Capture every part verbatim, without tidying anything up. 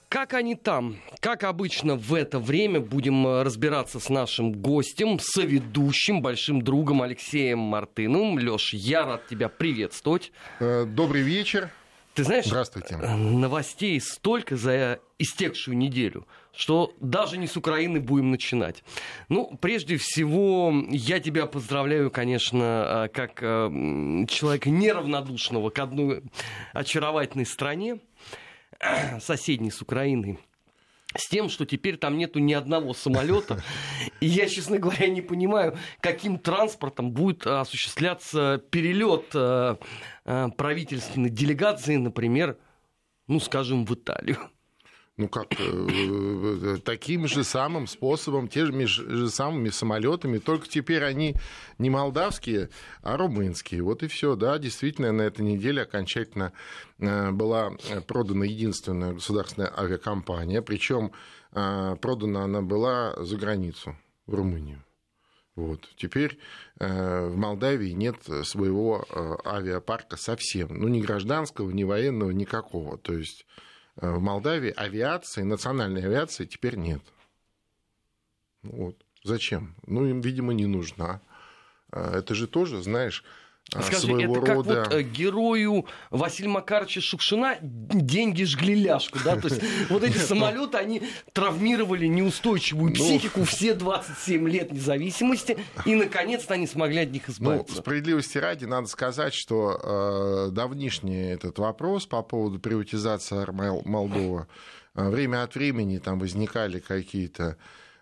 Как они там? Как обычно в это время будем разбираться с нашим гостем, соведущим, большим другом Алексеем Мартыновым. Лёш, я рад тебя приветствовать. Добрый вечер. Ты знаешь, здравствуйте. Новостей столько за истекшую неделю, что даже не с Украины будем начинать. Ну, прежде всего, я тебя поздравляю, конечно, как человека неравнодушного к одной очаровательной стране, соседней с Украиной, с тем, что теперь там нету ни одного самолета. И я, честно говоря, не понимаю, каким транспортом будет осуществляться перелет правительственной делегации, например, ну, скажем, в Италию. Ну как, таким же самым способом, теми же самыми самолетами, только теперь они не молдавские, а румынские. Вот и все, да, действительно, на этой неделе окончательно была продана единственная государственная авиакомпания, причем продана она была за границу, в Румынию. Вот. Теперь э, в Молдавии нет своего э, авиапарка совсем, ну ни гражданского, ни военного, никакого. То есть в Молдавии авиации, национальной авиации теперь нет. Вот. Зачем? Ну, им, видимо, не нужна. Это же тоже, знаешь, Скажи, своего это как рода... вот герою Василия Макаровича Шукшина деньги жгли ляжку, да? То есть вот эти самолеты, они травмировали неустойчивую психику все двадцать семь лет независимости, и, наконец-то, они смогли от них избавиться. Ну, справедливости ради, надо сказать, что э, давнишний этот вопрос по поводу приватизации Молдовы, э, время от времени там возникали какие-то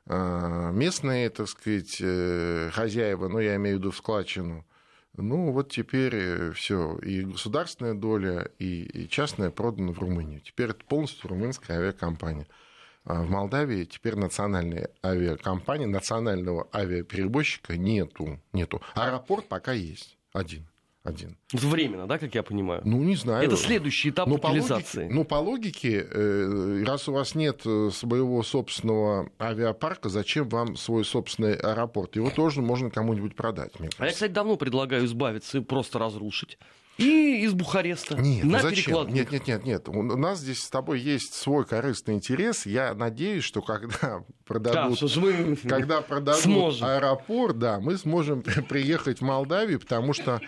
э, местные, так сказать, э, хозяева, ну, я имею в виду в складчину. Ну, вот теперь все, и государственная доля, и частная продана в Румынию. Теперь это полностью румынская авиакомпания. А в Молдавии теперь национальной авиакомпании, национального авиаперевозчика нету. нету. Аэропорт пока есть один. Один. Временно, да, как я понимаю? Ну, не знаю. Это следующий этап утилизации. Ну, по логике, раз у вас нет своего собственного авиапарка, зачем вам свой собственный аэропорт? Его тоже можно кому-нибудь продать, мне кажется. А я, кстати, давно предлагаю избавиться и просто разрушить. И из Бухареста. Нет, на зачем? перекладных. Нет, нет, нет, нет. У нас здесь с тобой есть свой корыстный интерес. Я надеюсь, что когда продадут, да, что мы когда продадут сможем. аэропорт, да, мы сможем приехать в Молдавию, потому что,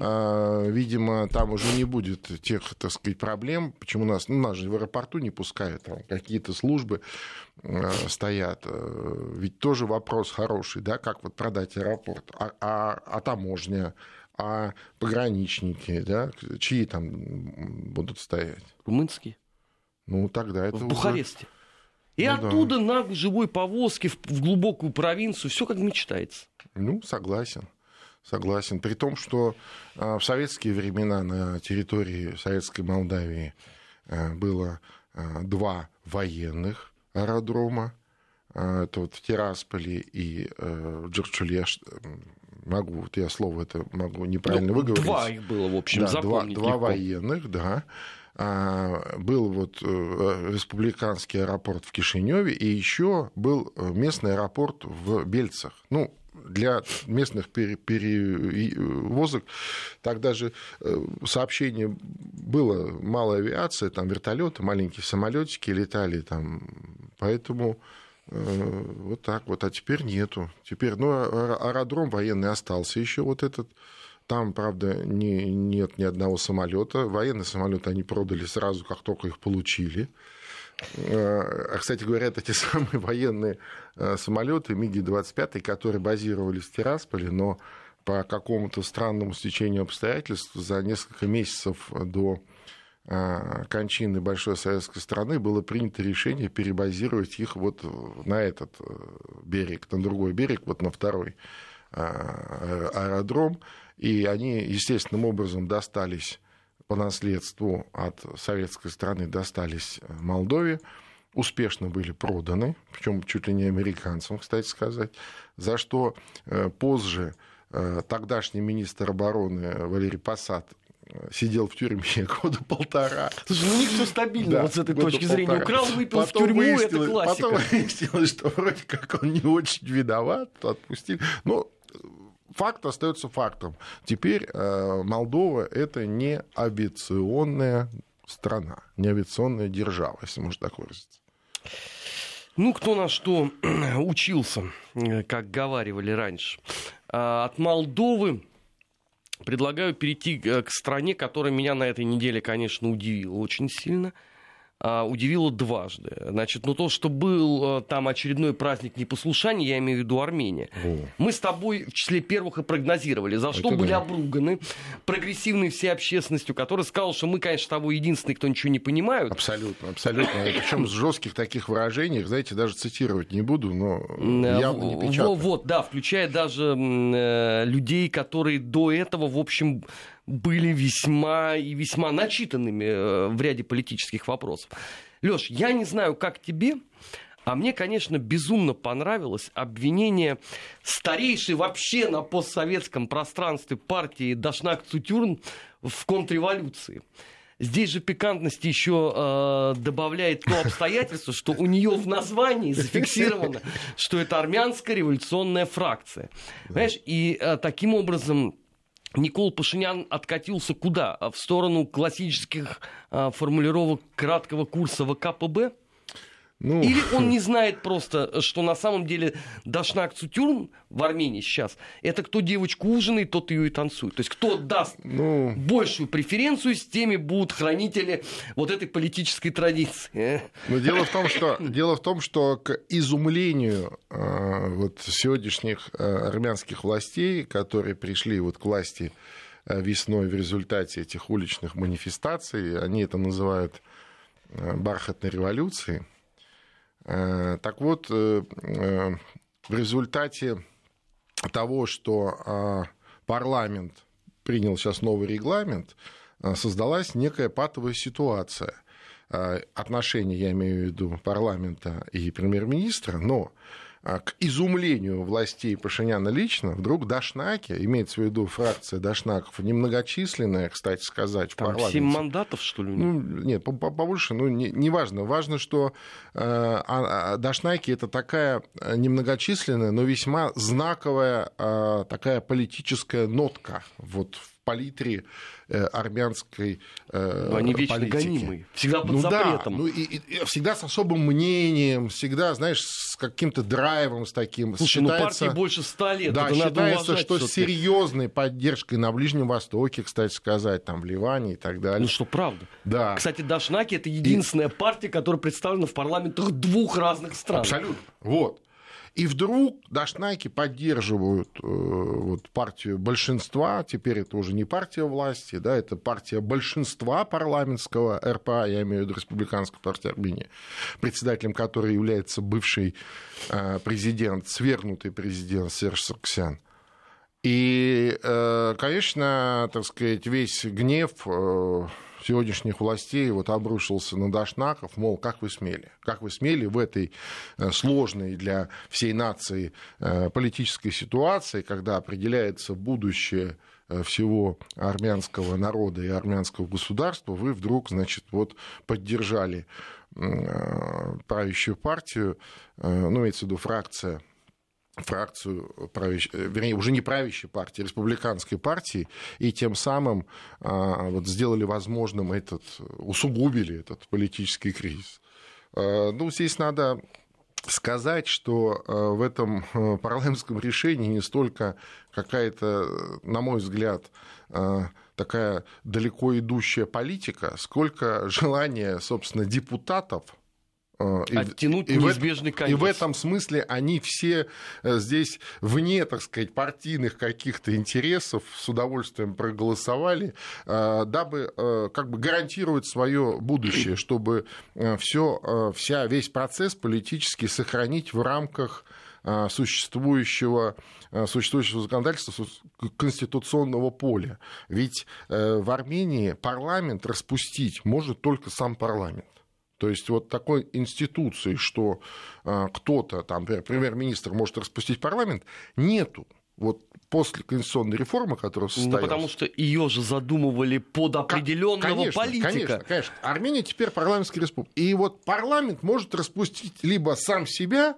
э, видимо, там уже не будет тех, так сказать, проблем. Почему нас, ну, нас же в аэропорту не пускают, там какие-то службы э, стоят. Ведь тоже вопрос хороший, да, как вот продать аэропорт, а, а, а таможня, а пограничники, да, чьи там будут стоять? Румынские. Ну, тогда это в уже... Бухаресте. И ну, оттуда да. на живой повозке в, в глубокую провинцию. Все как мечтается. Ну, согласен. Согласен. При том, что а, в советские времена на территории Советской Молдавии а, было а, два военных аэродрома. А, это вот в Тирасполе и а, в Джурчуле. Могу, вот я слово это могу неправильно ну, выговорить. Два их было, в общем, да, запомнить два, два военных, да. А, был вот республиканский аэропорт в Кишиневе, и еще был местный аэропорт в Бельцах. Ну, для местных перевозок тогда же сообщение было, малая авиация, там вертолеты, маленькие самолетики летали там, поэтому... Вот так вот, а теперь нету. Теперь, ну, аэродром военный остался еще вот этот. Там, правда, не, нет ни одного самолета. Военные самолеты они продали сразу, как только их получили. А, кстати говоря, это те самые военные самолеты МиГи двадцать пять, которые базировались в Тирасполе, но по какому-то странному стечению обстоятельств за несколько месяцев до кончины большой советской страны было принято решение перебазировать их вот на этот берег, на другой берег, вот на второй аэродром. И они естественным образом достались по наследству от советской страны, достались Молдове, успешно были проданы, причем чуть ли не американцам, кстати сказать, за что позже тогдашний министр обороны Валерий Посад сидел в тюрьме года полтора. Слушай, ну у них все стабильно, да, вот с этой точки полтора. зрения. Украл, выпил потом в тюрьму, это классика. Потом выяснилось, что вроде как он не очень виноват, отпустили. Но факт остается фактом. Теперь Молдова — это не авиационная страна, не авиационная держава, если можно так выразиться. Ну, кто на что учился, как говаривали раньше. От Молдовы предлагаю перейти к стране, которая меня на этой неделе, конечно, удивила очень сильно. Удивило дважды. Значит, ну то, что был там очередной праздник непослушания, я имею в виду Армения. О. Мы с тобой в числе первых и прогнозировали, за что Это были да. обруганы прогрессивной всей общественностью, которая сказала, что мы, конечно, с тобой единственные, кто ничего не понимают. Абсолютно, абсолютно. Причем с жестких таких выражений, знаете, даже цитировать не буду, но явно не печатно. Вот, да, включая даже э, людей, которые до этого, в общем, были весьма и весьма начитанными в ряде политических вопросов. Лёш, я не знаю, как тебе, а мне, конечно, безумно понравилось обвинение старейшей вообще на постсоветском пространстве партии Дашнак Цутюрн в контрреволюции. Здесь же пикантности еще э, добавляет то обстоятельство, что у нее в названии зафиксировано, что это армянская революционная фракция. Понимаешь, и э, таким образом Никол Пашинян откатился куда? В сторону классических а, формулировок краткого курса ВКПБ? Ну... Или он не знает просто, что на самом деле Дашнак Цутюрн в Армении сейчас, это кто девочку ужинает, тот ее и танцует. То есть кто даст ну... большую преференцию, с теми будут хранители вот этой политической традиции. Но дело в том, что, дело в том, что к изумлению э, вот, сегодняшних э, армянских властей, которые пришли вот к власти э, весной в результате этих уличных манифестаций, они это называют э, бархатной революцией. Так вот, в результате того, что парламент принял сейчас новый регламент, создалась некая патовая ситуация. Отношения, я имею в виду, парламента и премьер-министра, но к изумлению властей Пашиняна лично, вдруг Дашнаки, имеется в виду фракция Дашнаков, немногочисленная, кстати сказать, в Там парламенте. семь мандатов, что ли? Ну, нет, побольше, ну, не, не важно. Важно, что э, Дашнаки — это такая немногочисленная, но весьма знаковая э, такая политическая нотка вот в палитре э, армянской э, но они политики. Вечно гонимые, всегда под ну, запретом. Да, ну, и, и, всегда с особым мнением, всегда, знаешь, с каким-то драйвом, с таким. Слушай, считается, ну партии больше ста лет, да, это считается, надо что с серьезной поддержкой на Ближнем Востоке, кстати сказать, там в Ливане и так далее. Ну что, правда. Да. Кстати, Дашнаки — это единственная и... партия, которая представлена в парламентах двух разных стран. Абсолютно. Вот. И вдруг Дашнаки поддерживают э, вот, партию большинства, теперь это уже не партия власти, да, это партия большинства парламентского эр пэ а, я имею в виду Республиканскую партию Армении, председателем которой является бывший э, президент, свергнутый президент Серж Сарксян. И, э, конечно, так сказать, весь гнев э, сегодняшних властей вот обрушился на Дашнаков, мол, как вы смели? Как вы смели в этой сложной для всей нации политической ситуации, когда определяется будущее всего армянского народа и армянского государства, вы вдруг, значит, вот поддержали правящую партию, ну, имеется в виду фракция, фракцию, вернее, уже не правящей партии, республиканской партии, и тем самым вот, сделали возможным этот, усугубили этот политический кризис. Ну, здесь надо сказать, что в этом парламентском решении не столько какая-то, на мой взгляд, такая далеко идущая политика, сколько желание, собственно, депутатов оттянуть и, неизбежный конец. И в этом смысле они все здесь вне, так сказать, партийных каких-то интересов с удовольствием проголосовали, дабы как бы гарантировать свое будущее, чтобы все, вся, весь процесс политический сохранить в рамках существующего, существующего законодательства, конституционного поля. Ведь в Армении парламент распустить может только сам парламент. То есть вот такой институции, что а, кто-то, там, например, премьер-министр может распустить парламент, нету. Вот после конституционной реформы, которая состоялась... Ну, потому что ее же задумывали под определенного конечно, политика. Конечно, конечно. Армения теперь парламентская республика. И вот парламент может распустить либо сам себя,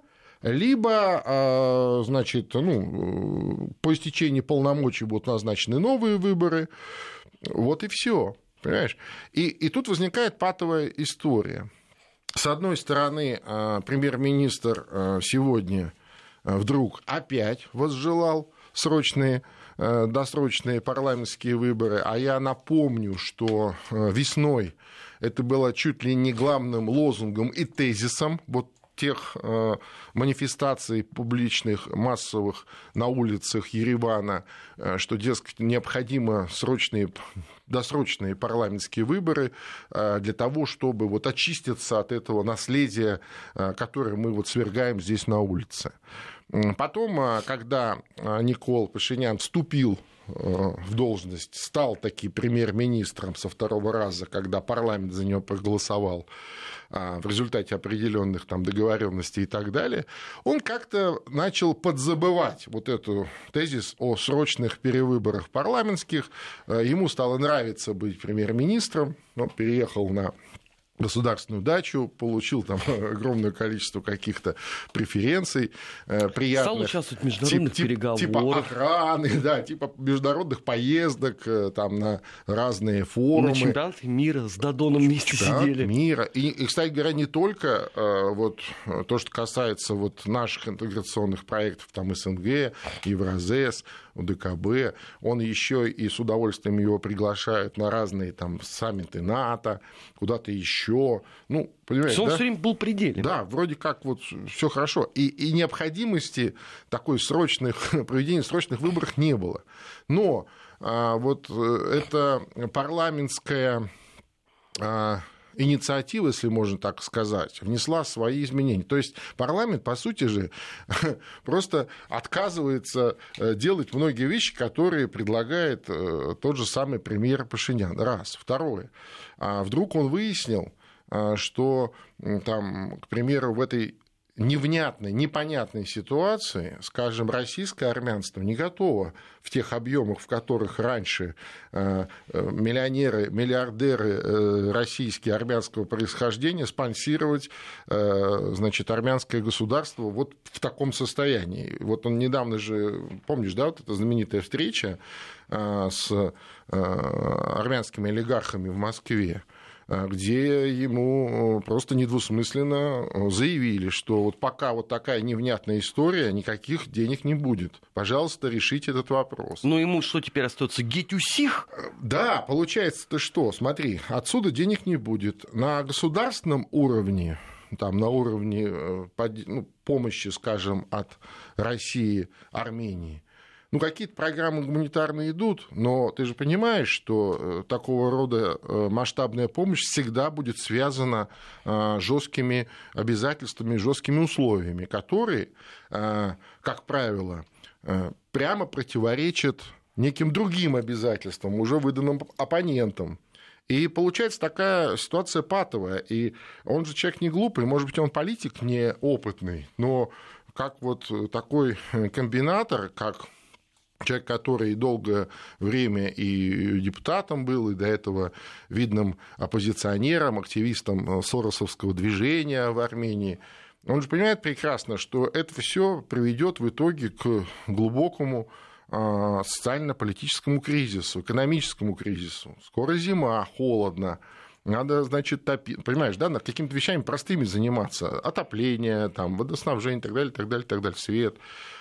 либо, значит, ну, по истечении полномочий будут назначены новые выборы. Вот и все. Понимаешь? И, и тут возникает патовая история. С одной стороны, премьер-министр сегодня вдруг опять возжелал срочные, досрочные парламентские выборы, а я напомню, что весной это было чуть ли не главным лозунгом и тезисом вот тех э, манифестаций публичных, массовых на улицах Еревана, э, что, дескать, необходимо срочные, досрочные парламентские выборы э, для того, чтобы вот очиститься от этого наследия, э, которое мы вот свергаем здесь на улице. Потом, э, когда Никол Пашинян вступил в должность, стал таки премьер-министром со второго раза, когда парламент за него проголосовал в результате определенных там договоренностей и так далее, он как-то начал подзабывать вот эту тезис о срочных перевыборах парламентских. Ему стало нравиться быть премьер-министром, он переехал на государственную дачу, получил там огромное количество каких-то преференций приятных. Стал участвовать в международных тип, переговорах. Типа охраны, да, типа международных поездок там, на разные форумы. На чемпионаты мира с Додоном вместе да, сидели. Мира. И, и, кстати говоря, не только вот, то, что касается вот, наших интеграционных проектов, там СНГ, Евразес, УДКБ, он еще и с удовольствием его приглашает на разные там саммиты НАТО, куда-то еще. Ну, понимаете, он да? все время был пределе. Да, вроде как вот все хорошо. И, и необходимости такой срочных, проведения срочных выборов не было. Но а, вот эта парламентская а, инициатива, если можно так сказать, внесла свои изменения. То есть парламент, по сути же, просто отказывается делать многие вещи, которые предлагает тот же самый премьер Пашинян. Раз. Второе. Вдруг он выяснил, что, там, к примеру, в этой невнятной, непонятной ситуации, скажем, российское армянство не готово в тех объемах, в которых раньше миллионеры, миллиардеры российские армянского происхождения спонсировать, значит, армянское государство вот в таком состоянии. Вот он недавно же, помнишь, да, вот эта знаменитая встреча с армянскими олигархами в Москве, где ему просто недвусмысленно заявили, что вот пока вот такая невнятная история, никаких денег не будет. Пожалуйста, решите этот вопрос. Ну, ему что теперь остается? Гетюсих? Да, получается-то что? Смотри, отсюда денег не будет. На государственном уровне, там, на уровне ну, помощи, скажем, от России, Армении, ну, какие-то программы гуманитарные идут, но ты же понимаешь, что такого рода масштабная помощь всегда будет связана с жесткими обязательствами, жесткими условиями, которые, как правило, прямо противоречат неким другим обязательствам, уже выданным оппонентам. И получается такая ситуация патовая. И он же человек не глупый, может быть, он политик неопытный, но как вот такой комбинатор, как человек, который долгое время и депутатом был, и до этого видным оппозиционером, активистом соросовского движения в Армении, он же понимает прекрасно, что это все приведет в итоге к глубокому социально-политическому кризису, экономическому кризису. Скоро зима, холодно. Надо, значит, топить, понимаешь, да, над какими-то вещами простыми заниматься. Отопление, там, водоснабжение и так далее, так далее, так далее, свет.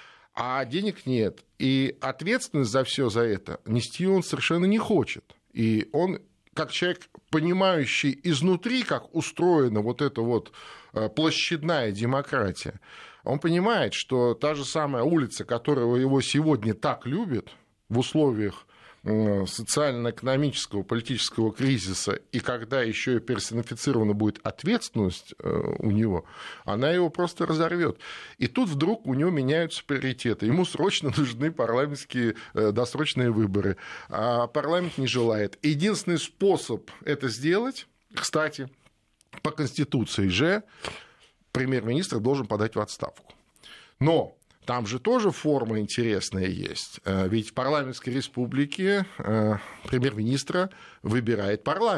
А денег нет. И ответственность за все за это нести он совершенно не хочет. И он, как человек, понимающий изнутри, как устроена вот эта вот площадная демократия, он понимает, что та же самая улица, которую его сегодня так любят в условиях социально-экономического, политического кризиса, и когда еще и персонифицирована будет ответственность у него, она его просто разорвет. И тут вдруг у него меняются приоритеты. Ему срочно нужны парламентские досрочные выборы, а парламент не желает. Единственный способ это сделать, кстати, по Конституции же, премьер-министр должен подать в отставку. Но там же тоже форма интересная есть. Ведь в парламентской республике премьер-министра выбирает парламент.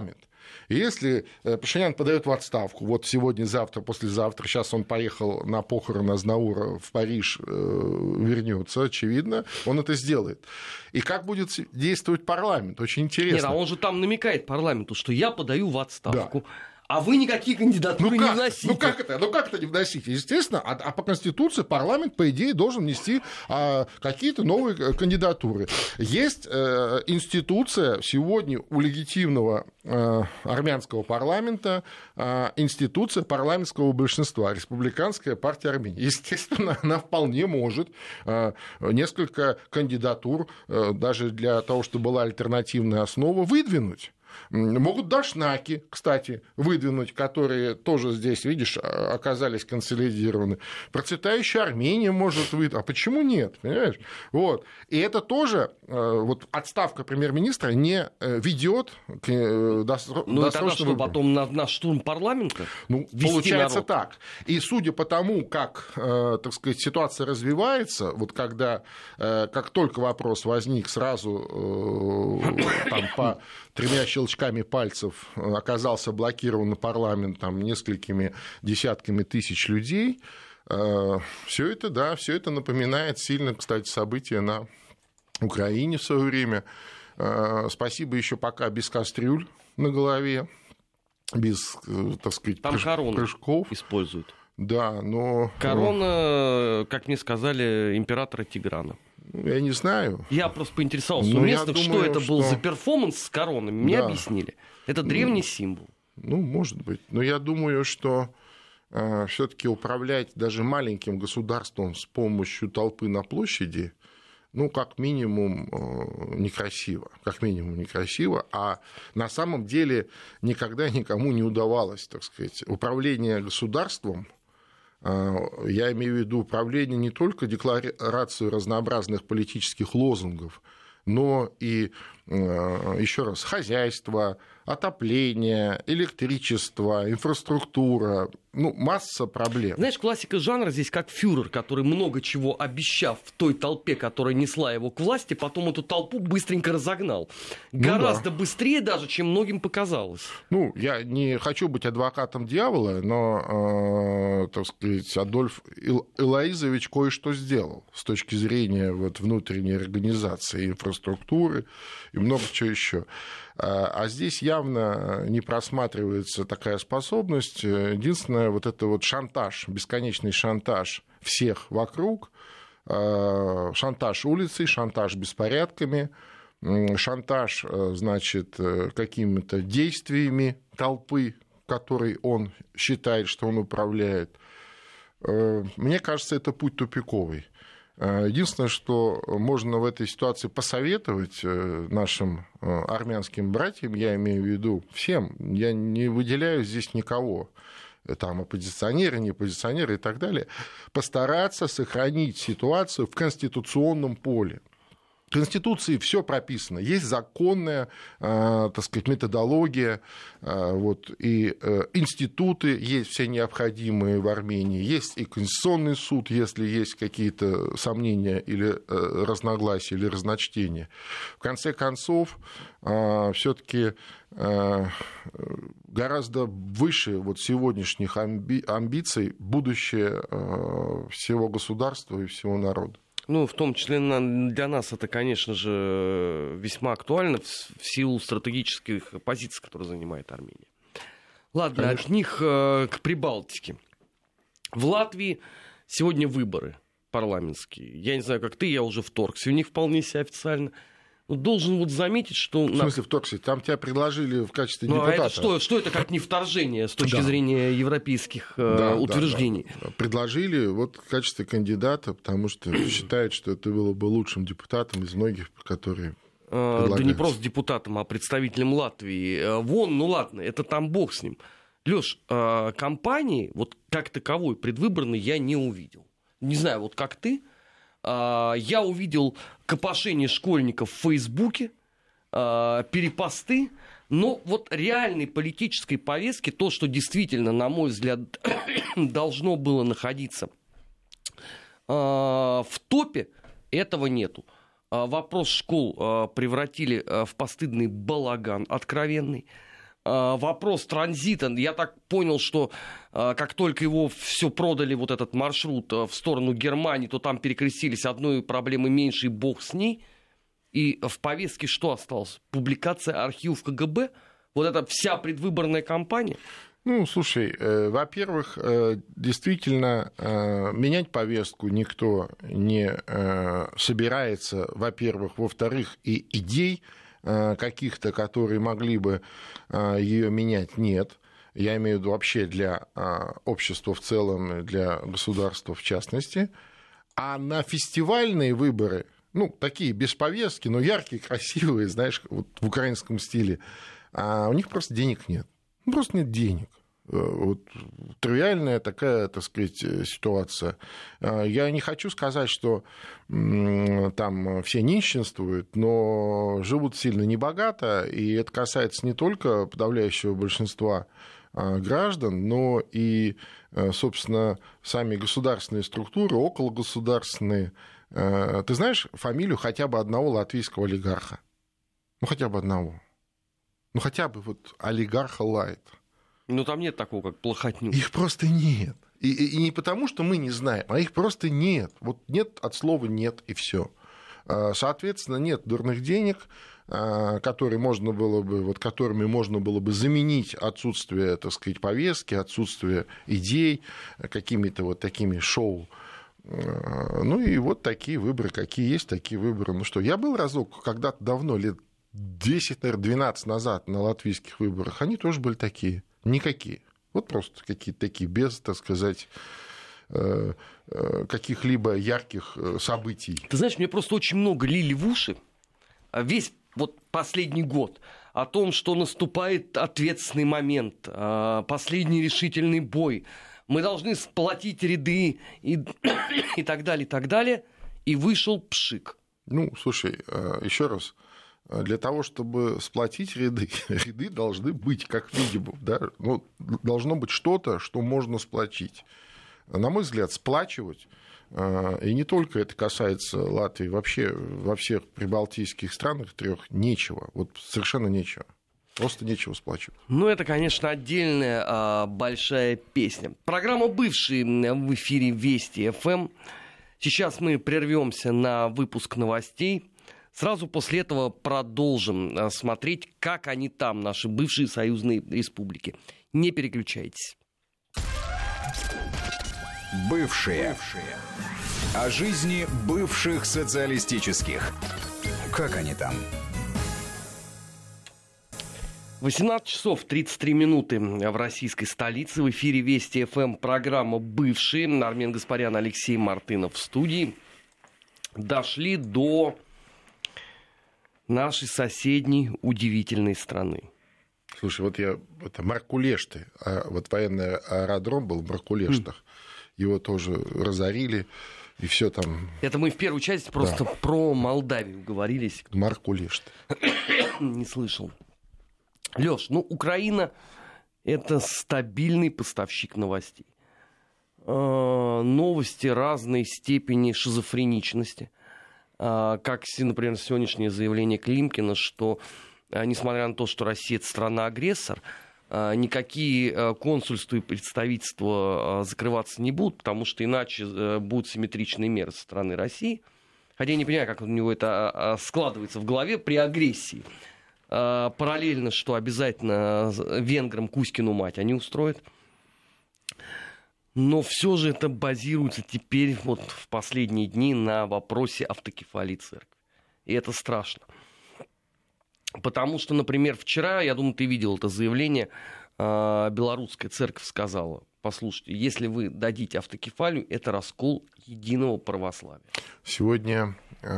И если Пашинян подает в отставку, вот сегодня, завтра, послезавтра, сейчас он поехал на похороны Азнаура в Париж, вернется, очевидно, он это сделает. И как будет действовать парламент? Очень интересно. Нет, а он же там намекает парламенту, что я подаю в отставку. Да. А вы никакие кандидатуры ну не вносите. Ну как это? Ну как это не вносите? Естественно, а, а по Конституции парламент, по идее, должен нести а, какие-то новые кандидатуры. Есть э, институция сегодня у легитимного э, армянского парламента, э, институция парламентского большинства, Республиканская партия Армении. Естественно, она вполне может э, несколько кандидатур, э, даже для того, чтобы была альтернативная основа, выдвинуть. Могут дашнаки, кстати, выдвинуть, которые тоже здесь, видишь, оказались консолидированы. Процветающая Армения может выдвинуть. А почему нет? Понимаешь? Вот. И это тоже вот, отставка премьер-министра не ведет к досрочному Ну и тогда что, потом на, на штурм парламента? Ну, получается народ? Так. И судя по тому, как, так сказать, ситуация развивается, вот когда, как только вопрос возник, сразу там, по тремя щелчками пальцев оказался блокирован парламент там, несколькими десятками тысяч людей. Все это, да, все это напоминает сильно, кстати, события на Украине в свое время. Спасибо еще пока без кастрюль на голове, без, так сказать, там прыж... корону прыжков используют. Да, но... Корона, как мне сказали, императора Тиграна. Я не знаю. Я просто поинтересовался у местных, что это был что... за перформанс с короной. Мне да. объяснили. Это древний ну, символ. Ну, может быть. Но я думаю, что э, все-таки управлять даже маленьким государством с помощью толпы на площади, ну, как минимум, э, некрасиво. Как минимум некрасиво. А на самом деле никогда никому не удавалось, так сказать, управление государством. Я имею в виду управление не только декларацией разнообразных политических лозунгов, но и, еще раз, хозяйство, отопление, электричество, инфраструктура, ну, масса проблем. Знаешь, классика жанра здесь как фюрер, который много чего обещав в той толпе, которая несла его к власти, потом эту толпу быстренько разогнал. Ну, Гораздо да. быстрее даже, чем многим показалось. Ну, я не хочу быть адвокатом дьявола, но, э, так сказать, Адольф Илоизович кое-что сделал с точки зрения вот, внутренней организации инфраструктуры и много чего еще. А здесь явно не просматривается такая способность. Единственное, вот это вот шантаж, бесконечный шантаж всех вокруг, шантаж улицей, шантаж беспорядками, шантаж, значит, какими-то действиями толпы, которой он считает, что он управляет. Мне кажется, это путь тупиковый. Единственное, что можно в этой ситуации посоветовать нашим армянским братьям, я имею в виду всем, я не выделяю здесь никого, там оппозиционеры, не оппозиционеры и так далее, постараться сохранить ситуацию в конституционном поле. В Конституции все прописано, есть законная, так сказать, методология, вот, и институты есть все необходимые в Армении, есть и Конституционный суд, если есть какие-то сомнения или разногласия, или разночтения. В конце концов, все-таки гораздо выше вот сегодняшних амби- амбиций будущее всего государства и всего народа. Ну, в том числе для нас это, конечно же, весьма актуально в силу стратегических позиций, которые занимает Армения. Ладно, конечно. От них к Прибалтике. В Латвии сегодня выборы парламентские. Я не знаю, как ты, я уже вторгся. У них вполне себе официально. Должен вот заметить, что... В смысле вторгся? Там тебя предложили в качестве ну, депутата. А это что, что это как не вторжение с точки да. зрения европейских да, утверждений? Да, да. Предложили вот в качестве кандидата, потому что считают, что это было бы лучшим депутатом из многих, которые... Да не просто депутатом, а представителем Латвии. Вон, ну ладно, это там бог с ним. Лёш, кампании вот как таковой предвыборной я не увидел. Не знаю, вот как ты... Я увидел копошение школьников в Фейсбуке, перепосты, но вот реальной политической повестки, то, что действительно, на мой взгляд, должно было находиться в топе, этого нету. Вопрос школ превратили в постыдный балаган откровенный. вопрос транзита. Я так понял, что как только его все продали, вот этот маршрут в сторону Германии, то там перекрестились, одной проблемы меньше, и бог с ней. И в повестке что осталось? Публикация архивов КГБ? Вот это вся предвыборная кампания? Ну, слушай, э, во-первых, э, действительно, э, менять повестку никто не э, собирается, во-первых. Во-вторых, и идей э, каких-то, которые могли бы э, ее менять, нет. Я имею в виду вообще для э, общества в целом, для государства в частности. А на фестивальные выборы, ну, такие без повестки, но яркие, красивые, знаешь, вот в украинском стиле, а у них просто денег нет. Просто нет денег. Вот тривиальная такая, так сказать, ситуация. Я не хочу сказать, что там все нищенствуют, но живут сильно небогато, и это касается не только подавляющего большинства граждан, но и, собственно, сами государственные структуры, окологосударственные. Ты знаешь фамилию хотя бы одного латвийского олигарха? Ну, хотя бы одного. Ну, хотя бы вот олигарха лайт. Ну, там нет такого, как Плохотнюк. Их просто нет. И, и, и не потому, что мы не знаем, а их просто нет. Вот нет от слова «нет» и все. Соответственно, нет дурных денег, которые можно было бы, вот, которыми можно было бы заменить отсутствие, так сказать, повестки, отсутствие идей какими-то вот такими шоу. Ну и вот такие выборы, какие есть, такие выборы. Ну что, я был разок когда-то давно, лет десять, наверное, двенадцать назад на латвийских выборах, они тоже были такие. Никакие. Вот просто какие-то такие, без, так сказать, каких-либо ярких событий. Ты знаешь, мне просто очень много лили в уши весь вот последний год о том, что наступает ответственный момент, последний решительный бой. Мы должны сплотить ряды и, и так далее, и так далее. И вышел пшик. Ну, слушай, еще раз. Для того, чтобы сплотить ряды, ряды должны быть, как минимум, да? Ну, должно быть что-то, что можно сплотить. На мой взгляд, сплачивать, и не только это касается Латвии, вообще во всех прибалтийских странах трех нечего, вот совершенно нечего. Просто нечего сплачивать. Ну, это, конечно, отдельная а, большая песня. Программа «Бывшие» в эфире Вести эф эм. Сейчас мы прервемся на выпуск новостей. Сразу после этого продолжим смотреть, как они там, наши бывшие союзные республики. Не переключайтесь. Бывшие. Бывшие. О жизни бывших социалистических. Как они там? восемнадцать часов тридцать три минуты в российской столице. В эфире Вести эф эм программа «Бывшие». Армен Гаспарян, Алексей Мартынов в студии. Дошли до нашей соседней удивительной страны. Слушай, вот я... Это Маркулешты. А вот военный аэродром был в Маркулештах. Mm. Его тоже разорили. И все там... Это мы в первую часть просто да. про Молдавию говорились. Маркулешты. Не слышал. Лёш, ну, Украина – это стабильный поставщик новостей. Э-э- новости разной степени шизофреничности. Как, например, сегодняшнее заявление Климкина, что, несмотря на то, что Россия – это страна-агрессор, никакие консульства и представительства закрываться не будут, потому что иначе будут симметричные меры со стороны России. Хотя я не понимаю, как у него это складывается в голове при агрессии. Параллельно, что обязательно венграм Кузькину мать они устроят. Но все же это базируется теперь вот в последние дни на вопросе автокефалии церкви. И это страшно. Потому что, например, вчера, я думаю, ты видел это заявление, белорусская церковь сказала: послушайте, если вы дадите автокефалию, это раскол единого православия. Сегодня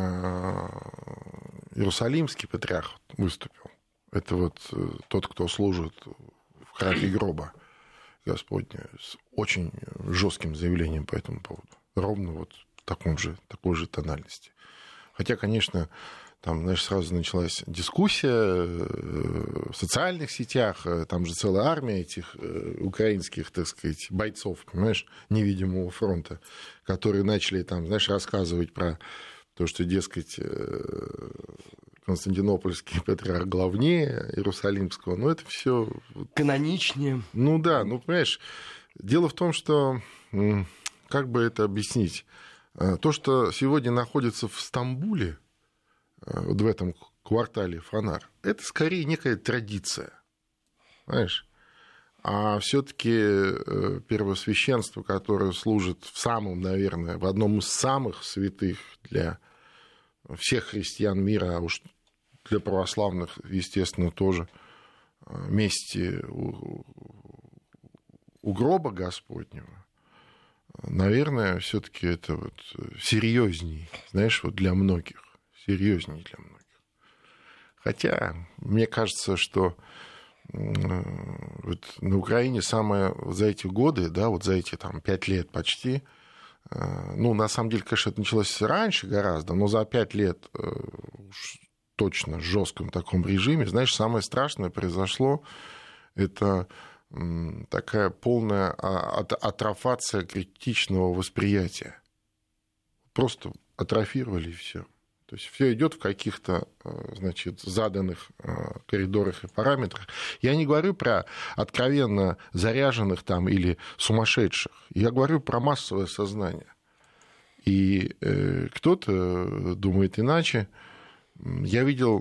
Иерусалимский патриарх выступил. Это вот тот, кто служит в храме гроба Господня, с очень жестким заявлением по этому поводу. Ровно вот в таком же, такой же тональности. Хотя, конечно, там, знаешь, сразу началась дискуссия в социальных сетях, там же целая армия этих украинских, так сказать, бойцов, понимаешь, невидимого фронта, которые начали там, знаешь, рассказывать про то, что, дескать, Константинопольский патриарх главнее Иерусалимского, но это все каноничнее. Ну да, ну понимаешь, дело в том, что, как бы это объяснить, то, что сегодня находится в Стамбуле, вот в этом квартале Фонар, это скорее некая традиция, знаешь. А все-таки первосвященство, которое служит в самом, наверное, в одном из самых святых для всех христиан мира, а уж для православных, естественно, тоже, месте у, у гроба Господнего, наверное, все-таки это вот серьезней, знаешь, вот для многих, серьезней для многих. Хотя, мне кажется, что вот на Украине самое за эти годы, да, вот за эти там пять лет почти, ну, на самом деле, конечно, это началось раньше гораздо, но за пять лет точно в жестком таком режиме, знаешь, самое страшное произошло, это такая полная атрофация критичного восприятия. Просто атрофировали и все. То есть все идет в каких-то, значит, заданных коридорах и параметрах. Я не говорю про откровенно заряженных там или сумасшедших. Я говорю про массовое сознание. И кто-то думает иначе. Я видел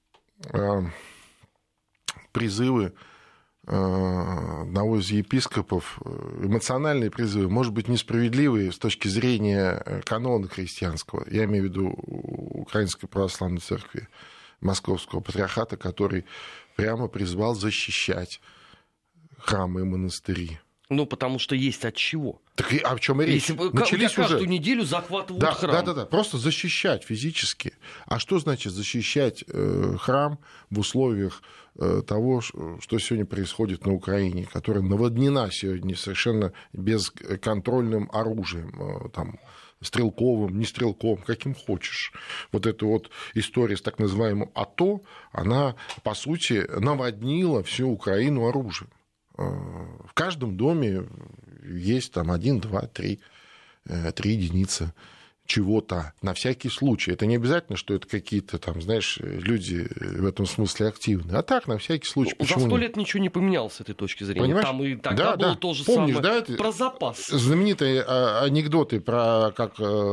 призывы одного из епископов, эмоциональные призывы, может быть, несправедливые с точки зрения канона христианского. Я имею в виду Украинской православной церкви Московского патриархата, который прямо призвал защищать храмы и монастыри. Ну, потому что есть от чего. Так и о чем и речь? Если Начались каждую уже... неделю захватывают да, храм. Да, да, да, просто защищать физически. А что значит защищать э, храм в условиях э, того, что сегодня происходит на Украине, которая наводнена сегодня совершенно бесконтрольным оружием, э, там, стрелковым, не стрелковым, каким хочешь. Вот эта вот история с так называемым АТО, она, по сути, наводнила всю Украину оружием. В каждом доме есть там один, два, три, три единицы чего-то на всякий случай. Это не обязательно, что это какие-то там, знаешь, люди в этом смысле активные. А так, на всякий случай. За сто лет ничего не поменялось с этой точки зрения. Понимаешь? Там и тогда да, было да. то же Помнишь, самое. Да, это про запас. Знаменитые анекдоты про как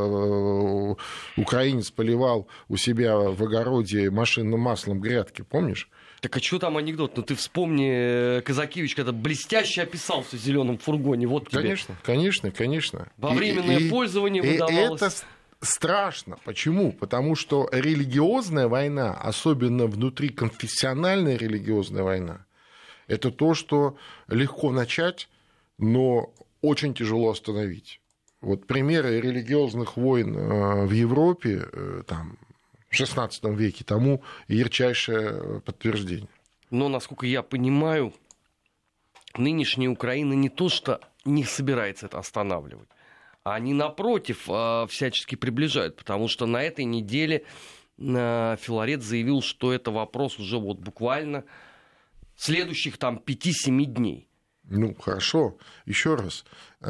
украинец поливал у себя в огороде машинным маслом грядки. Помнишь? Так а что там анекдот? Ну ты вспомни, Казакевич, когда блестяще описался в зеленом фургоне. Вот тебе. Конечно, конечно, конечно. Во временное и, пользование и, выдавалось. И это страшно. Почему? Потому что религиозная война, особенно внутриконфессиональная религиозная война, это то, что легко начать, но очень тяжело остановить. Вот примеры религиозных войн в Европе, там, в шестнадцатом веке тому ярчайшее подтверждение. Но, насколько я понимаю, нынешняя Украина не то что не собирается это останавливать, а они, напротив, всячески приближают, потому что на этой неделе Филарет заявил, что это вопрос уже вот буквально следующих там пяти-семи дней. Ну, хорошо. Еще раз.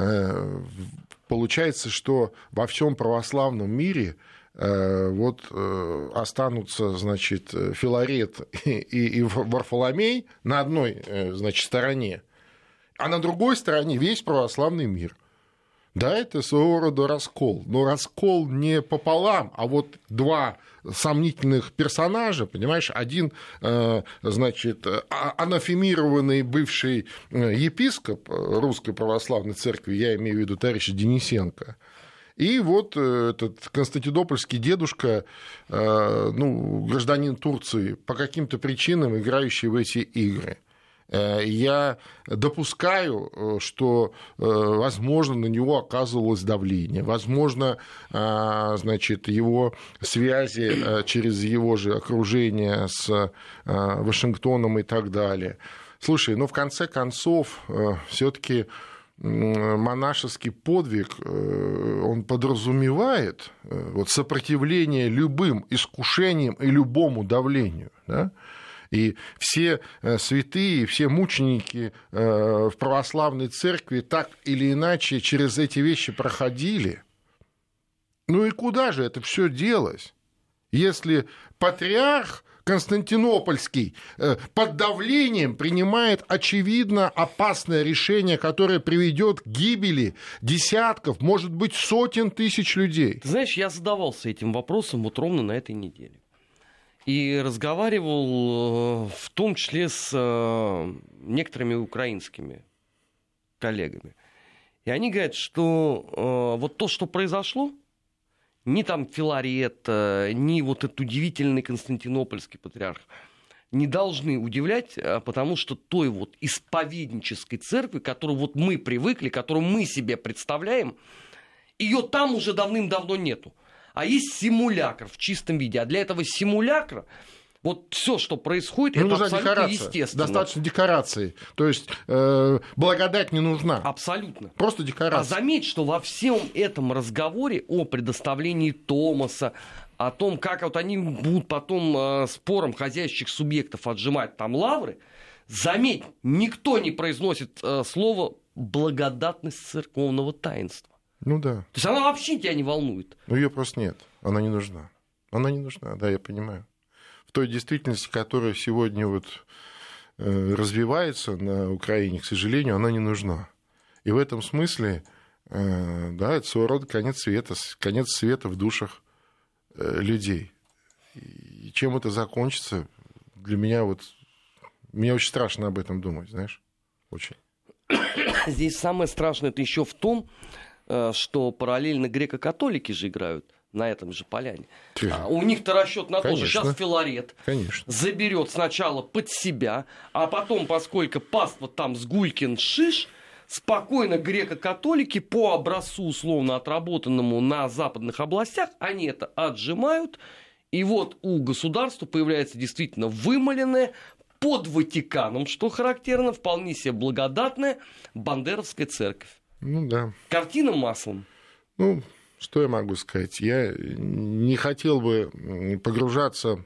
Получается, что во всем православном мире вот останутся, значит, Филарет и, и Варфоломей на одной, значит, стороне, а на другой стороне весь православный мир. Да, это своего рода раскол, но раскол не пополам, а вот два сомнительных персонажа, понимаешь, один, значит, анафемированный бывший епископ Русской Православной Церкви, я имею в виду товарища Денисенко, и вот этот константинопольский дедушка, ну, гражданин Турции, по каким-то причинам играющий в эти игры. Я допускаю, что, возможно, на него оказывалось давление, возможно, значит, его связи через его же окружение с Вашингтоном и так далее. Слушай, ну, в конце концов, все-таки монашеский подвиг, он подразумевает вот сопротивление любым искушениям и любому давлению, да? И все святые, все мученики в православной церкви так или иначе через эти вещи проходили. Ну и куда же это все делось? если патриарх Константинопольский под давлением принимает очевидно опасное решение, которое приведет к гибели десятков, может быть, сотен тысяч людей? Ты знаешь, я задавался этим вопросом вот ровно на этой неделе. И разговаривал в том числе с некоторыми украинскими коллегами. И они говорят, что вот то, что произошло, ни там Филарет, ни вот этот удивительный Константинопольский патриарх не должны удивлять, потому что той вот исповеднической церкви, к которой вот мы привыкли, которую мы себе представляем, ее там уже давным-давно нету. А есть симулякр в чистом виде. А для этого симулякра вот все, что происходит, ну, это абсолютно декорация. Естественно. Достаточно декорации. То есть э, благодать не нужна. Абсолютно. Просто декорация. А заметь, что во всем этом разговоре о предоставлении Томаса, о том, как вот они будут потом э, спором хозяйственных субъектов отжимать там лавры, заметь, никто не произносит э, слово «благодатность церковного таинства». Ну да. То есть она вообще тебя не волнует. Ну ее просто нет. Она не нужна. Она не нужна, да, я понимаю. В той действительности, которая сегодня вот, э, развивается на Украине, к сожалению, она не нужна. И в этом смысле, э, да, это своего рода конец света, конец света в душах э, людей. И чем это закончится, для меня вот, мне очень страшно об этом думать, знаешь, очень. Здесь самое страшное это еще в том, что параллельно греко-католики же играют на этом же поляне. А у них-то расчет на то, что сейчас Филарет Конечно. заберет сначала под себя, а потом, поскольку паства там с Гулькин Шиш, спокойно греко-католики по образцу условно отработанному на западных областях, они это отжимают, и вот у государства появляется действительно вымаленная под Ватиканом, что характерно, вполне себе благодатная бандеровская церковь. Ну да. Картина маслом. Ну, что я могу сказать? Я не хотел бы погружаться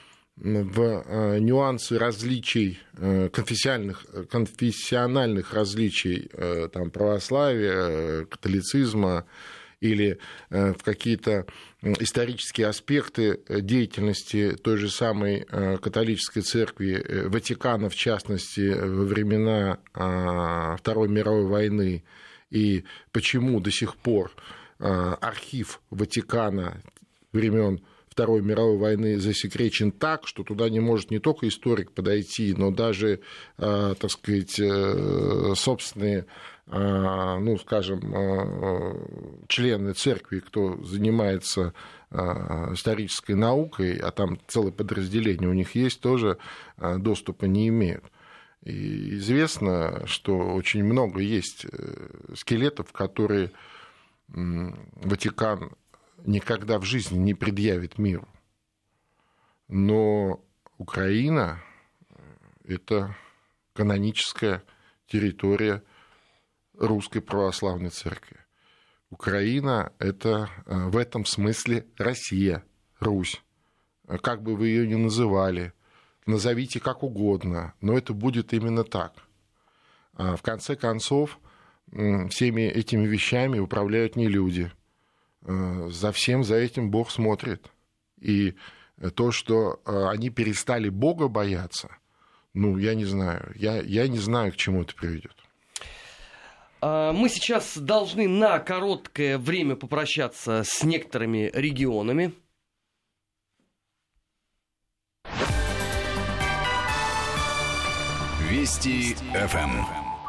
в нюансы различий, конфессиональных, конфессиональных различий там, православия, католицизма или в какие-то исторические аспекты деятельности той же самой католической церкви, Ватикана, в частности, во времена Второй мировой войны, и почему до сих пор архив Ватикана времен Второй мировой войны засекречен так, что туда не может не только историк подойти, но даже, так сказать, собственные, ну, скажем, члены церкви, кто занимается исторической наукой, а там целое подразделение у них есть, тоже доступа не имеют. И известно, что очень много есть скелетов, которые Ватикан никогда в жизни не предъявит миру. Но Украина – это каноническая территория Русской Православной Церкви. Украина – это в этом смысле Россия, Русь. Как бы вы ее ни называли, назовите как угодно, но это будет именно так. В конце концов, всеми этими вещами управляют не люди. За всем за этим Бог смотрит. И то, что они перестали Бога бояться, ну, я не знаю. Я, я не знаю, к чему это приведет. Мы сейчас должны на короткое время попрощаться с некоторыми регионами. Вести эф эм.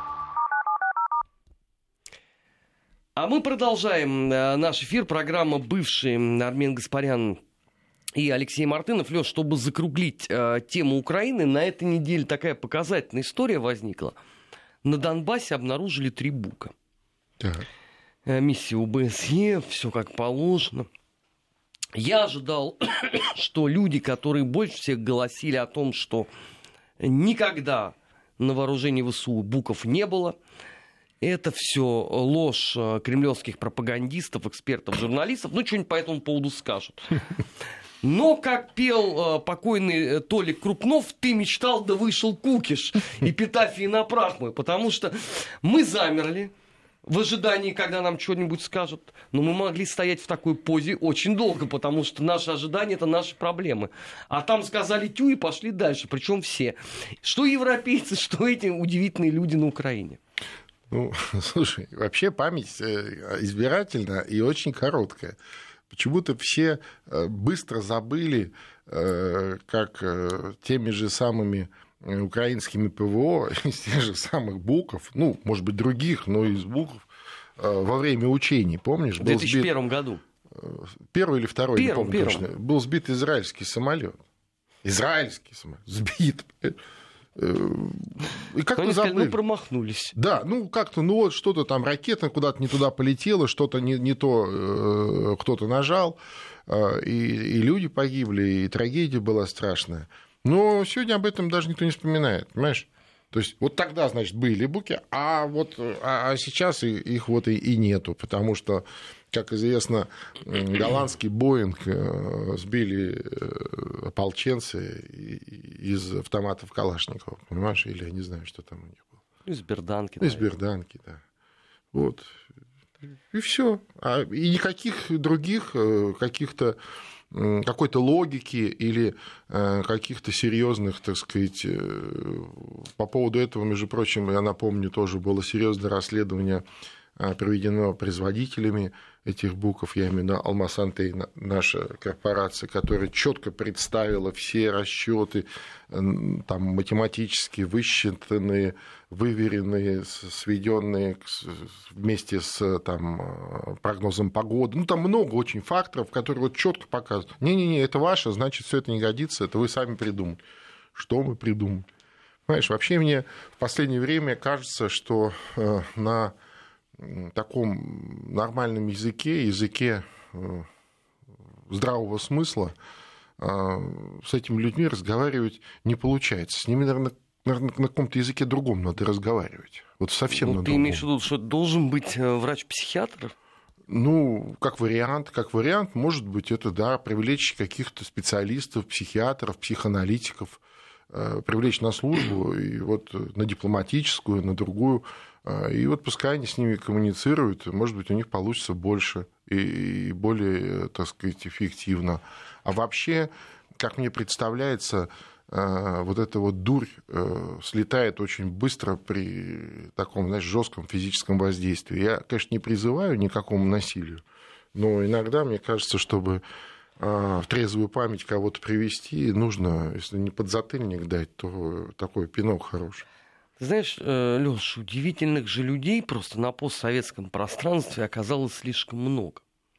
А мы продолжаем наш эфир. Программа «Бывший», Армен Гаспарян и Алексей Мартынов. Лёш, чтобы закруглить э, тему Украины, на этой неделе такая показательная история возникла. На Донбассе обнаружили три бука. Так. Э, миссия о бэ эс е, все как положено. Я ожидал, что люди, которые больше всех голосили о том, что никогда на вооружении вэ эс у буков не было, это все ложь кремлевских пропагандистов, экспертов, журналистов, ну, что-нибудь по этому поводу скажут. Но, как пел покойный Толик Крупнов, ты мечтал, да вышел кукиш. Эпитафии напрашиваю, потому что мы замерли, в ожидании, когда нам что-нибудь скажут. Но мы могли стоять в такой позе очень долго, потому что наши ожидания — это наши проблемы. А там сказали тю и пошли дальше, причем все. Что европейцы, что эти удивительные люди на Украине. Ну, слушай, вообще память избирательна и очень короткая. Почему-то все быстро забыли, как теми же самыми украинскими ПВО из тех же самых букв, ну, может быть, других, но из букв, во время учений, помнишь? В две тысячи первом году. Первый или второй, первым, не помню первым. точно. Был сбит израильский самолет. Израильский самолет. Сбит. И как-то Они сказали, забыли. ну, промахнулись. Да, ну, как-то, ну, вот что-то там ракета куда-то не туда полетела, что-то не, не то кто-то нажал, и, и люди погибли, и трагедия была страшная. Но сегодня об этом даже никто не вспоминает, понимаешь? То есть вот тогда, значит, были буки, а вот а сейчас их вот и, и нету, потому что, как известно, голландский Боинг сбили ополченцы из автоматов Калашникова, понимаешь? Или я не знаю, что там у них было. Из Берданки. Из Берданки, да. Вот. И все. А, и никаких других каких-то какой-то логики или каких-то серьезных, так сказать, по поводу этого, между прочим, я напомню, тоже было серьезное расследование проведено производителями этих букв, я имею в виду Алмаз-Антей, наша корпорация, которая четко представила все расчеты, там, математически высчитанные, выверенные, сведенные вместе с там, прогнозом погоды. Ну, там много очень факторов, которые вот четко показывают. Не-не-не, это ваше, значит, все это не годится, это вы сами придумали. Что мы придумали? Понимаешь, вообще мне в последнее время кажется, что на таком нормальном языке, языке здравого смысла, с этими людьми разговаривать не получается. С ними, наверное, наверное на каком-то языке другом надо разговаривать. Вот совсем ну, на ты другом. имеешь в виду, что должен быть врач-психиатр? Ну, как вариант, как вариант, может быть, это, да, привлечь каких-то специалистов, психиатров, психоаналитиков, привлечь на службу, и вот на дипломатическую, на другую. И вот пускай они с ними коммуницируют, может быть, у них получится больше и более, так сказать, эффективно. А вообще, как мне представляется, вот эта вот дурь слетает очень быстро при таком, знаешь, жестком физическом воздействии. Я, конечно, не призываю ни к какому насилию, но иногда мне кажется, чтобы в трезвую память кого-то привести, нужно, если не подзатыльник дать, то такой пинок хороший. Ты знаешь, Лёш, удивительных же людей просто на постсоветском пространстве оказалось слишком много.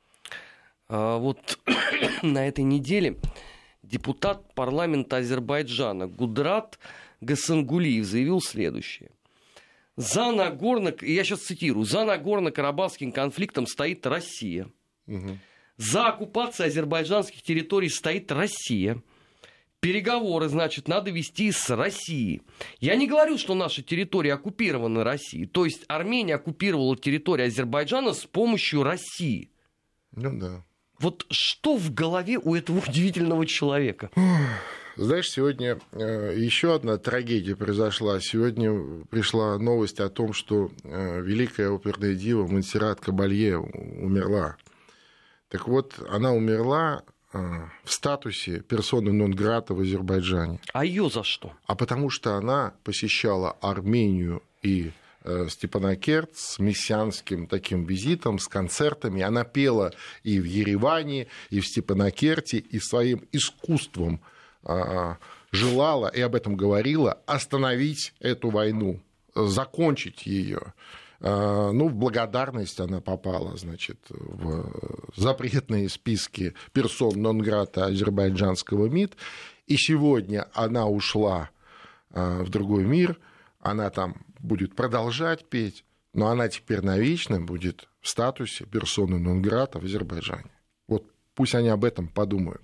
Вот на этой неделе депутат парламента Азербайджана Гудрат Гасангулиев заявил следующее. За Нагорно... Я сейчас цитирую. «За Нагорно-Карабахским конфликтом стоит Россия. Угу. За оккупацией азербайджанских территорий стоит Россия. Переговоры, значит, надо вести с Россией. Я не говорю, что наши территории оккупированы Россией. То есть Армения оккупировала территорию Азербайджана с помощью России». Ну да. Вот что в голове у этого удивительного человека? Знаешь, сегодня еще одна трагедия произошла. Сегодня пришла новость о том, что великая оперная дива Монсеррат Кабалье умерла. Так вот, она умерла в статусе персоны нон-грата в Азербайджане. А ее за что? А потому что она посещала Армению и Степанакерт с мессианским таким визитом, с концертами. Она пела и в Ереване, и в Степанакерте, и своим искусством желала, и об этом говорила, остановить эту войну, закончить ее. Ну, в благодарность она попала, значит, в запретные списки персон нон-грата азербайджанского МИД, и сегодня она ушла в другой мир, она там будет продолжать петь, но она теперь навечно будет в статусе персоны нон-грата в Азербайджане. Вот пусть они об этом подумают.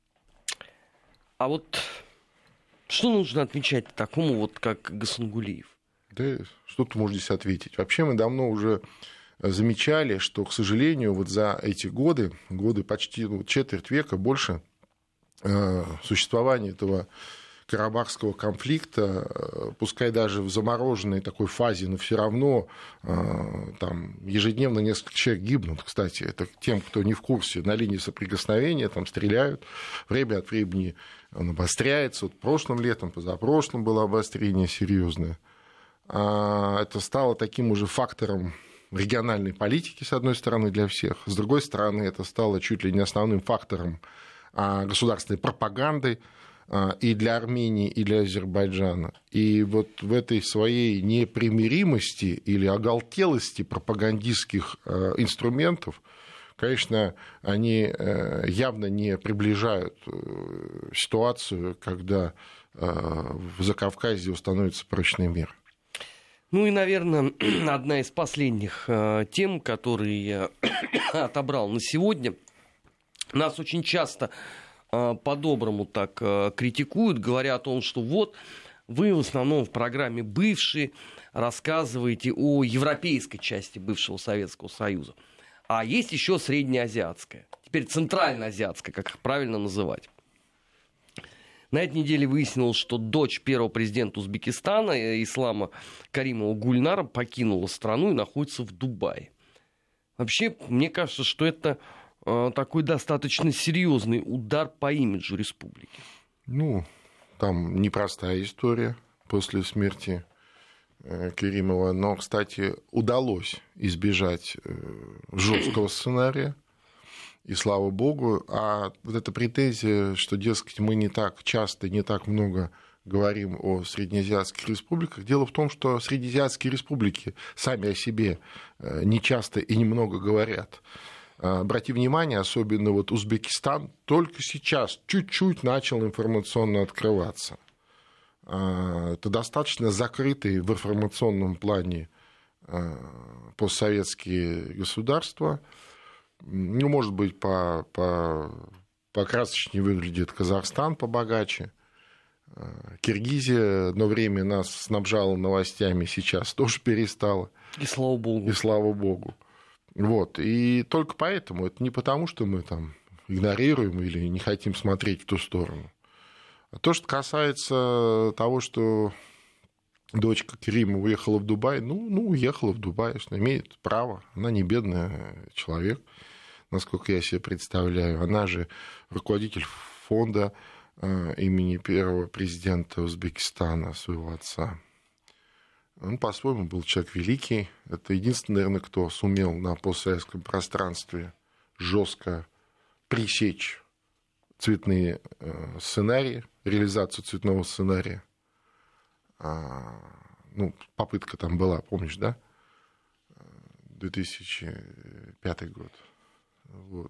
А вот что нужно отвечать такому, вот как Гасангулиев? Да что ты можешь здесь ответить? Вообще мы давно уже замечали, что, к сожалению, вот за эти годы, годы почти ну, четверть века, больше, существования этого Карабахского конфликта, пускай даже в замороженной такой фазе, но все равно там ежедневно несколько человек гибнут. Кстати, это тем, кто не в курсе, на линии соприкосновения там стреляют, время от времени он обостряется. Вот прошлым летом, позапрошлым было обострение серьезное. Это стало таким уже фактором региональной политики, с одной стороны, для всех. С другой стороны, это стало чуть ли не основным фактором государственной пропаганды и для Армении, и для Азербайджана. И вот в этой своей непримиримости или оголтелости пропагандистских инструментов, конечно, они явно не приближают ситуацию, когда в Закавказье установятся прочные меры. Ну и, наверное, одна из последних э, тем, которые я отобрал на сегодня. Нас очень часто э, по-доброму так э, критикуют, говоря о том, что вот вы в основном в программе «Бывшие» рассказываете о европейской части бывшего Советского Союза. А есть еще среднеазиатская, теперь центральноазиатская, как их правильно называть. На этой неделе выяснилось, что дочь первого президента Узбекистана, Ислама Каримова Гульнара, покинула страну и находится в Дубае. Вообще, мне кажется, что это э, такой достаточно серьезный удар по имиджу республики. Ну, там непростая история после смерти э, Каримова. Но, кстати, удалось избежать э, жесткого сценария. И слава богу, а вот эта претензия, что, дескать, мы не так часто, не так много говорим о среднеазиатских республиках, дело в том, что среднеазиатские республики сами о себе не часто и немного говорят. Обрати внимание, особенно вот Узбекистан только сейчас чуть-чуть начал информационно открываться. Это достаточно закрытые в информационном плане постсоветские государства. Ну, может быть, по, по, покрасочнее выглядит Казахстан, побогаче. Киргизия одно время нас снабжала новостями, сейчас тоже перестала. И слава богу. И слава богу. Вот. И только поэтому, это не потому, что мы там игнорируем или не хотим смотреть в ту сторону. А то, что касается того, что дочка Каримова уехала в Дубай, ну, ну уехала в Дубай, что имеет право. Она не бедный человек, насколько я себе представляю. Она же руководитель фонда имени первого президента Узбекистана, своего отца. Он, по-своему, был человек великий. Это единственный, наверное, кто сумел на постсоветском пространстве жестко пресечь цветные сценарии, реализацию цветного сценария. Ну, попытка там была, помнишь, да? две тысячи пятый год. Вот.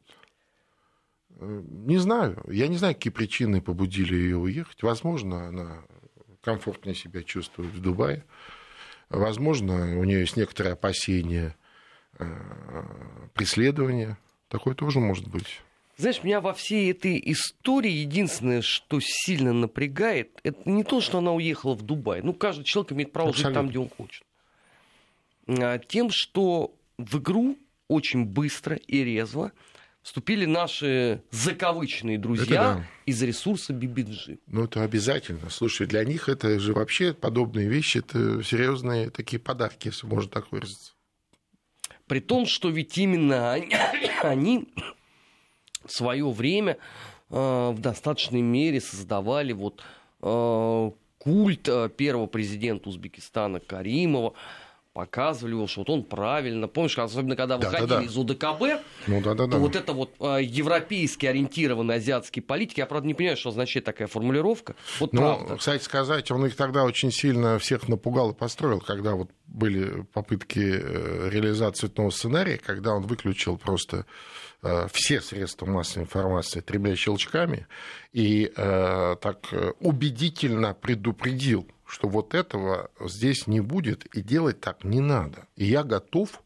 Не знаю. Я не знаю, какие причины побудили ее уехать. Возможно, она комфортнее себя чувствует в Дубае. Возможно, у нее есть некоторые опасения преследования. Такое тоже может быть. Знаешь, меня во всей этой истории единственное, что сильно напрягает, это не то, что она уехала в Дубай. Ну, каждый человек имеет право Абсолютно. Жить там, где он хочет. А тем, что в игру очень быстро и резво вступили наши закавычные друзья да. из ресурса би би джи. Ну, это обязательно. Слушай, для них это же вообще подобные вещи, это серьезные такие подарки, если можно так выразиться. При том, что ведь именно они... они... в свое время э, в достаточной мере создавали вот, э, культ первого президента Узбекистана Каримова, показывали его, что вот он правильно, помнишь, особенно когда да, выходили да, да. из УДКБ, ну, да, да, то да. вот это вот э, европейски ориентированные азиатские политики, я, правда, не понимаю, что означает такая формулировка. Вот ну, правда. Кстати сказать, он их тогда очень сильно всех напугал и построил, когда вот были попытки реализации цветного сценария, когда он выключил просто все средства массовой информации тремя щелчками и э, так убедительно предупредил, что вот этого здесь не будет и делать так не надо. И я готов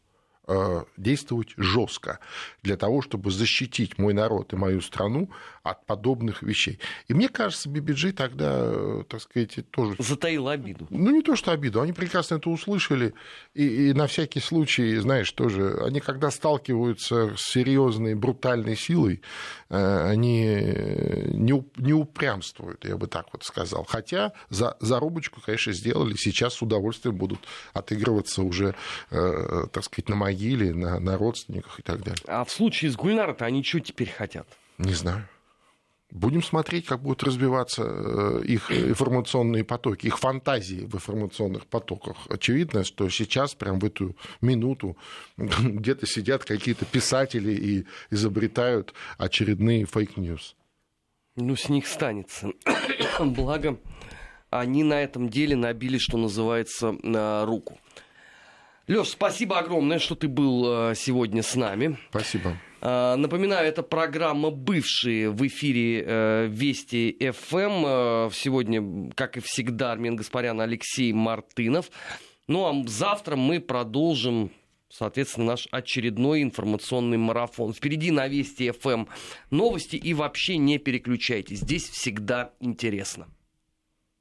действовать жестко для того, чтобы защитить мой народ и мою страну от подобных вещей. И мне кажется, би би джи тогда, так сказать, тоже... Затаил обиду. Ну, не то, что обиду, они прекрасно это услышали, и, и на всякий случай, знаешь, тоже, они когда сталкиваются с серьезной, брутальной силой, они не, не упрямствуют, я бы так вот сказал. Хотя за, зарубочку, конечно, сделали, сейчас с удовольствием будут отыгрываться уже, так сказать, на могиле, на, на родственниках и так далее. А в случае с Гульнарой-то они что теперь хотят? Не знаю. Будем смотреть, как будут развиваться их информационные потоки, их фантазии в информационных потоках. Очевидно, что сейчас, прям в эту минуту, где-то сидят какие-то писатели и изобретают очередные фейк-ньюс. Ну, с них станется. Благо, они на этом деле набили, что называется, на руку. Лёш, спасибо огромное, что ты был сегодня с нами. Спасибо. Напоминаю, это программа «Бывшие» в эфире Вести эф эм. Сегодня, как и всегда, Армен Гаспарян, Алексей Мартынов. Ну а завтра мы продолжим, соответственно, наш очередной информационный марафон. Впереди на Вести эф эм новости, и вообще не переключайтесь. Здесь всегда интересно.